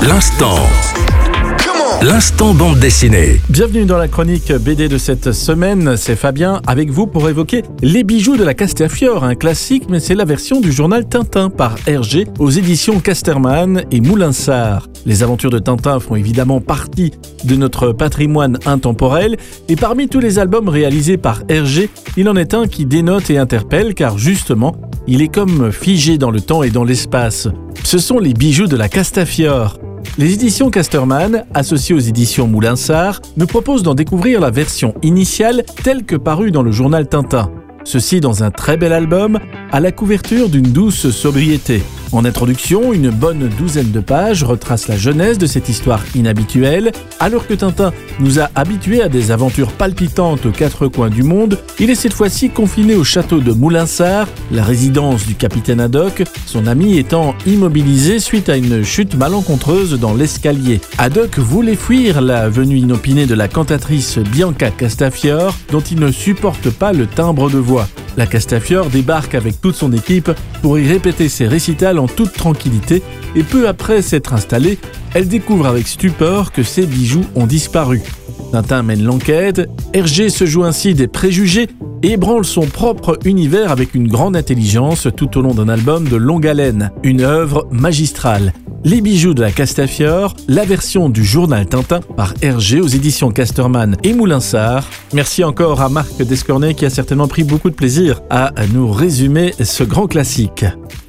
L'instant bande dessinée. Bienvenue dans la chronique BD de cette semaine, c'est Fabien avec vous pour évoquer Les Bijoux de la Castafiore, un classique mais c'est la version du journal Tintin par Hergé aux éditions Casterman et Moulinsart. Les aventures de Tintin font évidemment partie de notre patrimoine intemporel et parmi tous les albums réalisés par Hergé, il en est un qui dénote et interpelle car justement, il est comme figé dans le temps et dans l'espace. Ce sont Les Bijoux de la Castafiore. Les éditions Casterman, associées aux éditions Moulinsart, nous proposent d'en découvrir la version initiale telle que parue dans le journal Tintin. Ceci dans un très bel album, à la couverture d'une douce sobriété. En introduction, une bonne douzaine de pages retrace la genèse de cette histoire inhabituelle. Alors que Tintin nous a habitués à des aventures palpitantes aux quatre coins du monde, il est cette fois-ci confiné au château de Moulinsart, la résidence du capitaine Haddock, son ami étant immobilisé suite à une chute malencontreuse dans l'escalier. Haddock voulait fuir la venue inopinée de la cantatrice Bianca Castafiore, dont il ne supporte pas le timbre de voix. La Castafiore débarque avec toute son équipe pour y répéter ses récitals en toute tranquillité et peu après s'être installée, elle découvre avec stupeur que ses bijoux ont disparu. Tintin mène l'enquête, Hergé se joue ainsi des préjugés et ébranle son propre univers avec une grande intelligence tout au long d'un album de longue haleine, une œuvre magistrale. Les Bijoux de la Castafiore, la version du journal Tintin par Hergé aux éditions Casterman et Moulinsart. Merci encore à Marc Descornet qui a certainement pris beaucoup de plaisir à nous résumer ce grand classique.